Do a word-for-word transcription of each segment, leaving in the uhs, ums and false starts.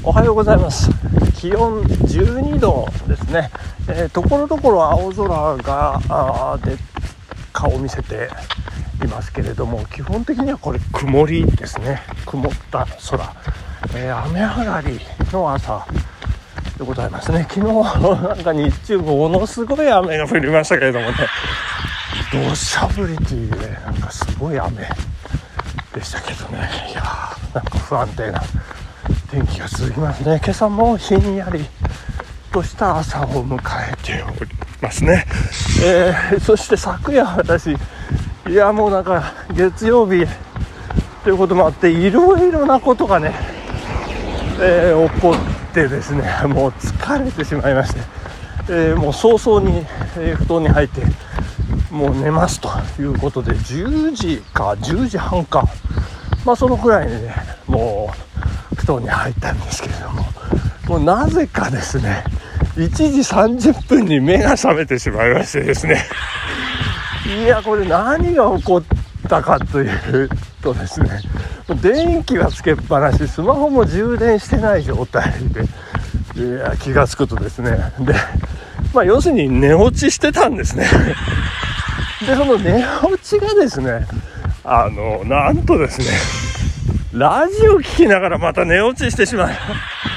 おはようございます。気温じゅうにどですね。えー、ところどころ青空があで顔を見せていますけれども、基本的にはこれ曇りですね。曇った空、えー、雨上がりの朝でございますね。昨日なんか日中ものすごい雨が降りましたけれどもね、土砂降りというね、なんかすごい雨でしたけどね。いやー、なんか不安定な天気が続きますね。今朝もひんやりとした朝を迎えておりますね。えー、そして昨夜私、いやもうなんか月曜日ということもあっていろいろなことがね、えー、起こってですね、もう疲れてしまいまして、えー、もう早々に、えー、布団に入ってもう寝ますということで、じゅうじかじゅうじはんか、まあそのくらいにね、もう布団に入ったんですけれども、もうなぜかですねいちじさんじゅっぷんに目が覚めてしまいましてですね、いやこれ何が起こったかというとですね、電気がつけっぱなし、スマホも充電してない状態で、いや気がつくとですね、でまあ要するに寝落ちしてたんですね。でその寝落ちがですね、あのなんとですね、ラジオ聞きながらまた寝落ちしてしまい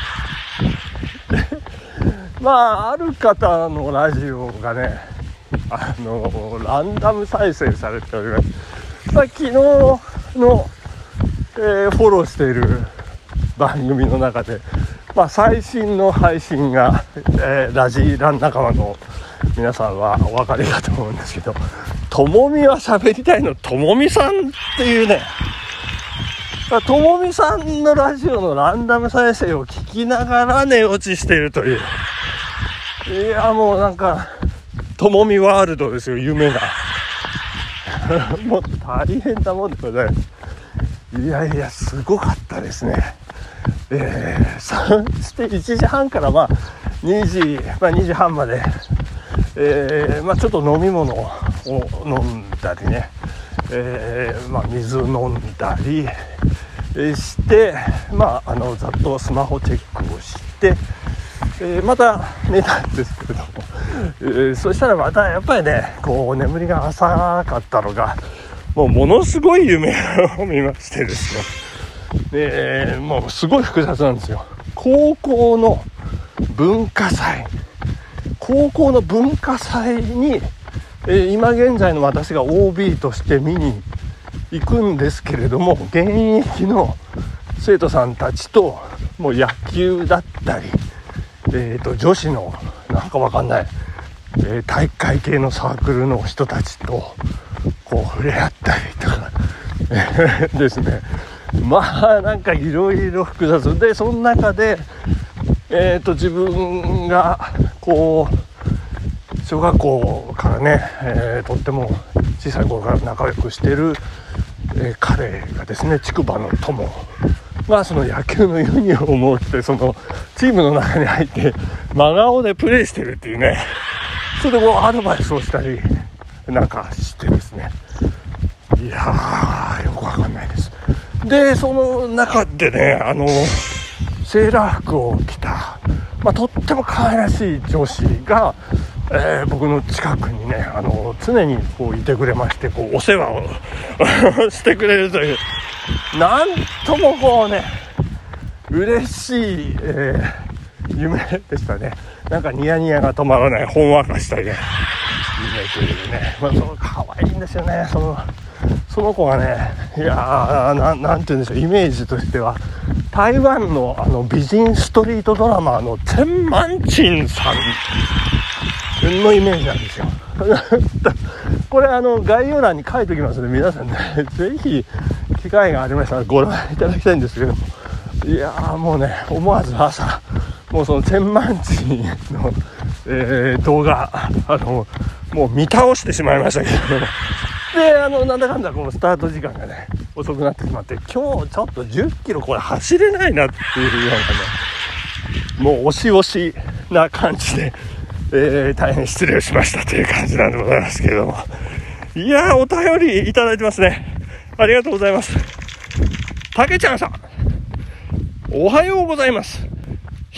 まあある方のラジオがね、あのランダム再生されております。まあ、昨日の、えー、フォローしている番組の中で、まあ、最新の配信が、えー、ラジラン仲間の皆さんはお分かりかと思うんですけど、ともみは喋りたいのともみさんっていうね、ともみさんのラジオのランダム再生を聞きながら寝落ちしているという、いやもうなんかともみワールドですよ、夢がもう大変なもんでございます。いやいやすごかったですね。えー、そしていちじはんからまあにじ、まあ、にじはんまで、えーまあ、ちょっと飲み物を飲んだりね、えーまあ、水飲んだりして、まあ、あのざっとスマホチェックをして、えー、また寝たんですけれども、えー、そしたらまたやっぱりね、こう眠りが浅かったのが、もうものすごい夢を見ましてですね、えー、もうすごい複雑なんですよ。高校の文化祭高校の文化祭に、えー、今現在の私が オービー として見に行くんですけれども、現役の生徒さんたちともう野球だったり、えー、と女子のなんかわかんない、えー、体育会系のサークルの人たちとこう触れ合ったりとかですね、まあなんかいろいろ複雑で、その中で、えー、と自分がこう小学校からね、えー、とっても小さい頃から仲良くしている、えー、彼がですね、筑波の友がその野球のユニフォームを着て、そのチームの中に入って真顔でプレーしてるっていうね、それでこうアドバイスをしたりなんかしてですね、いやーよくわかんないです。でその中でね、あのセーラー服を着た、まあ、とっても可愛らしい女子が、えー、僕の近くにね、あの常にこういてくれまして、こうお世話をしてくれるという、なんともこうね嬉しい、えー、夢でしたね。なんかニヤニヤが止まらない、ほんわかしたいね夢というね、まあ、その可愛いんですよね。そのその子がね、いやー な, なんて言うんでしょう、イメージとしては台湾のあの美人ストリートドラマーのチェンマンチンさんのイメージなんですよこれあの概要欄に書いておきますので、皆さんねぜひ機会がありましたらご覧いただきたいんですけども、いやーもうね、思わず朝もうそのチェンマンチンの、えー、動画あのもう見倒してしまいましたけども、であのなんだかんだこのスタート時間がね遅くなってしまって、今日ちょっとじゅっキロこれ走れないなっていうようなね、もう押し押しな感じで、えー、大変失礼しましたという感じなんでございますけれども、いやーお便りいただいてますね。ありがとうございます。たけちゃんさん、おはようございます。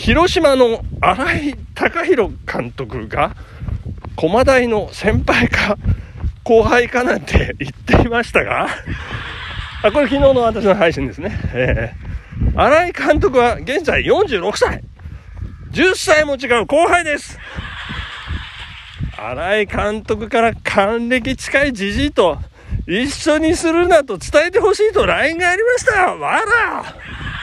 広島の新井貴弘監督が駒大の先輩か後輩かなんて言っていましたが、あ、これ昨日の私の配信ですね。えー、新井監督は現在よんじゅうろくさい、じゅっさいも違う後輩です。新井監督から還暦近いじじいと一緒にするなと伝えてほしいと ライン がありました。わら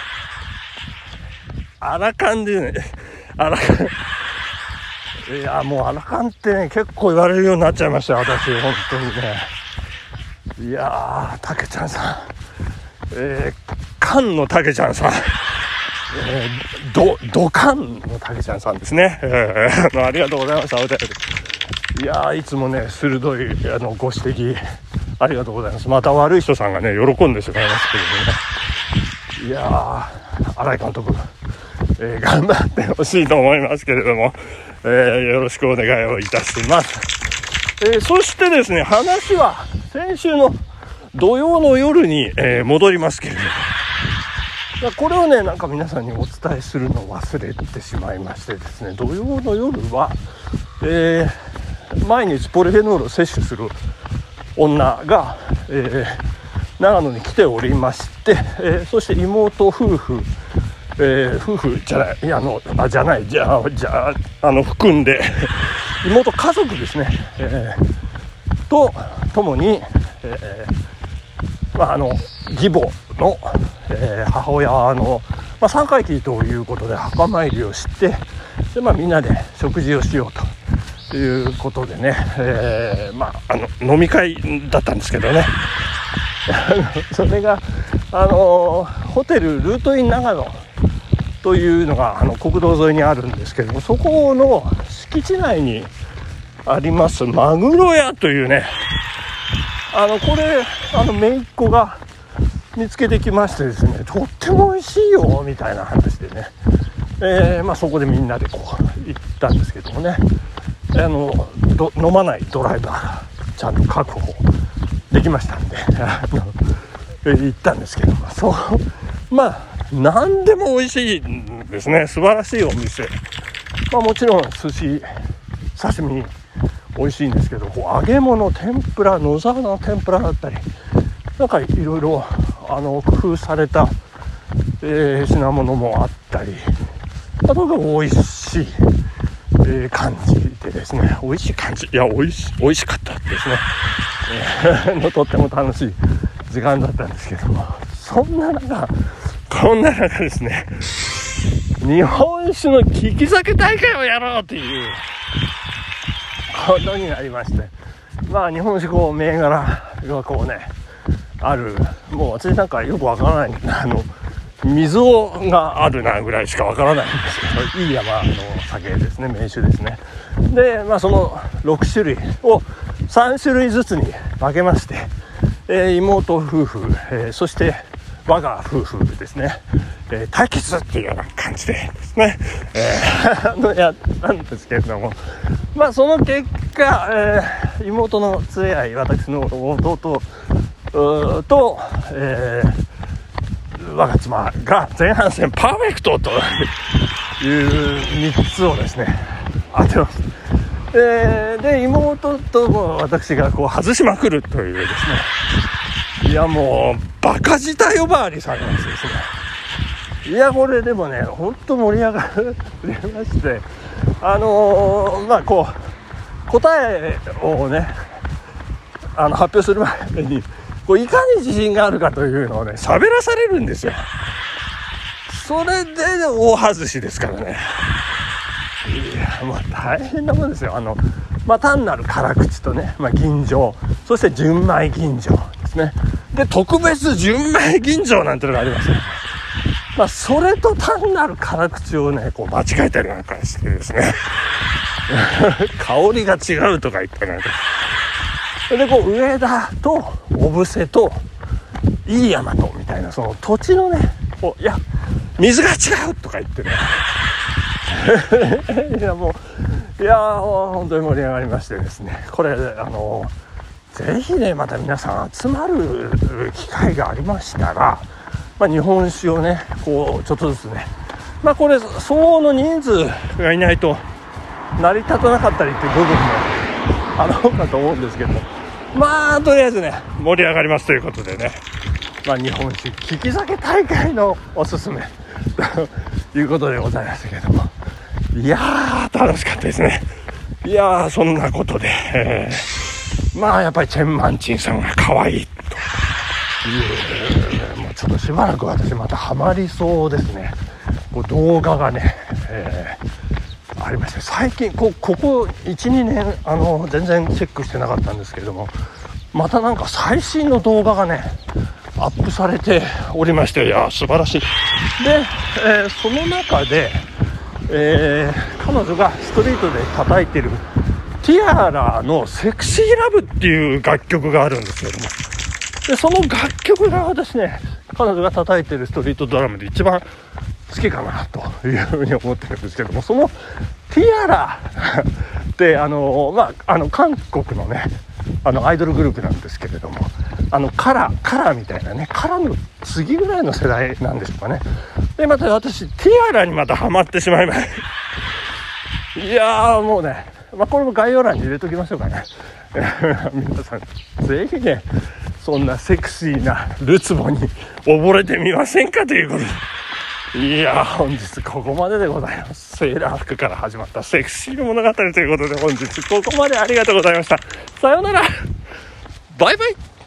アラカンでね、アラカン、いやもうアラカンってね結構言われるようになっちゃいましたよ、私本当にね。いやー、たけちゃんさん、えー、カンのたけちゃんさん、えー、ドドカンのたけちゃんさんですね。えー、ありがとうございました。お便り、いやーいつもね鋭いあのご指摘ありがとうございます。また悪い人さんがね喜んでしまいますけどね。いやー、新井監督、えー、頑張ってほしいと思いますけれども、えー、よろしくお願いをいたします。えー、そしてですね、話は先週の土曜の夜に、えー、戻りますけれども、これをねなんか皆さんにお伝えするのを忘れてしまいましてですね、土曜の夜は、えー、毎日ポリフェノールを摂取する女が、えー、長野に来ておりまして、えー、そして妹夫婦、えー、夫婦じゃない、いやあのあじゃないじゃあじゃああの含んで妹家族ですね、えー、とともに、えー、まああの義母の、えー、母親の、まあ、さんかい忌ということで墓参りをして、で、まあ、みんなで食事をしようということでね、えー、まああの飲み会だったんですけどねそれがあのホテルルートイン長野というのがあの国道沿いにあるんですけども、そこの敷地内にありますマグロ屋というね、あのこれあの姪っ子が見つけてきましてですね、とっても美味しいよみたいな話でね、えーまあ、そこでみんなでこう行ったんですけどもね、あのど飲まないドライバーがちゃんと確保できましたんで行ったんですけども、そうまあ何でも美味しいんですね。素晴らしいお店、まあ、もちろん寿司刺身美味しいんですけど、こう揚げ物、天ぷら、野沢の天ぷらだったりなんかいろいろあの工夫された、えー、品物もあったり、あとが美味しい、えー、感じでですね、美味しい感じ、いや美味し美味しかったですね、えー、のとっても楽しい時間だったんですけども、そんな中こんな中ですね、日本酒の利き酒大会をやろうということになりまして、まあ日本酒こう銘柄がこうねある、もう私なんかよくわからないあの水をがあるなぐらいしかわからないんですけど、いい山の酒ですね、名酒ですね。でまあそのろくしゅるいをさんしゅるいずつに分けまして、えー、妹夫婦、えー、そして我が夫婦ですね、えー、対決っていうような感じでですね、えー、あのやったんですけれども、まあその結果、えー、妹の連れ合い、私の弟と、えー、我が妻が前半戦パーフェクトというみっつをですね当てます。えー、で妹とも私がこう外しまくるというですね、いやもうバカ舌呼ばわりされましてですね、いやこれでもねほんと盛り上がりまして、あのー、まあこう答えをねあの発表する前にこういかに自信があるかというのをね喋らされるんですよ。それで大外しですからね、いやもう大変なもんですよ。あのまあ単なる辛口とね、まあ、吟醸、そして純米吟醸ですね、で特別純米吟醸なんてのがあります、ね、まあそれと単なる辛口をねこう間違えたりなんかしてですね香りが違うとか言ったりなんかで、こう上田と小布施といい山とみたいなその土地のねこういや水が違うとか言ってねいやもういや本当に盛り上がりましてですね、これあのぜひねまた皆さん集まる機会がありましたら、まあ、日本酒をねこうちょっとずつねまあこれ相応の人数がいないと成り立たなかったりっていう部分もあろうかと思うんですけど、まあとりあえずね盛り上がりますということでね、まあ日本酒利き酒大会のおすすめということでございましたけども、いやー楽しかったですね。いやーそんなことで、えー、まあやっぱりチェンマンチンさんが可愛いという、もうちょっとしばらく私またハマりそうですね。こう動画がね、えー、ありまして、最近こここ いちにねんあの全然チェックしてなかったんですけれども、またなんか最新の動画がねアップされておりまして、いや素晴らしい。で、えー、その中で、えー、彼女がストリートで叩いてるティアラのセクシーラブっていう楽曲があるんですけども、でその楽曲が私ね彼女が叩いてるストリートドラムで一番好きかなというふうに思ってるんですけども、そのティアラってあの、まあ、あの韓国のねあのアイドルグループなんですけれども、あのカラーカラーみたいなね、カラーの次ぐらいの世代なんでしょうかね。でまた私ティアラにまたハマってしまいましたいやーもうね、まあ、これも概要欄に入れときましょうかね皆さんぜひねそんなセクシーなルツボに溺れてみませんかということで、いや本日ここまででございます。セーラー服から始まったセクシー物語ということで、本日ここまでありがとうございました。さようなら、バイバイ。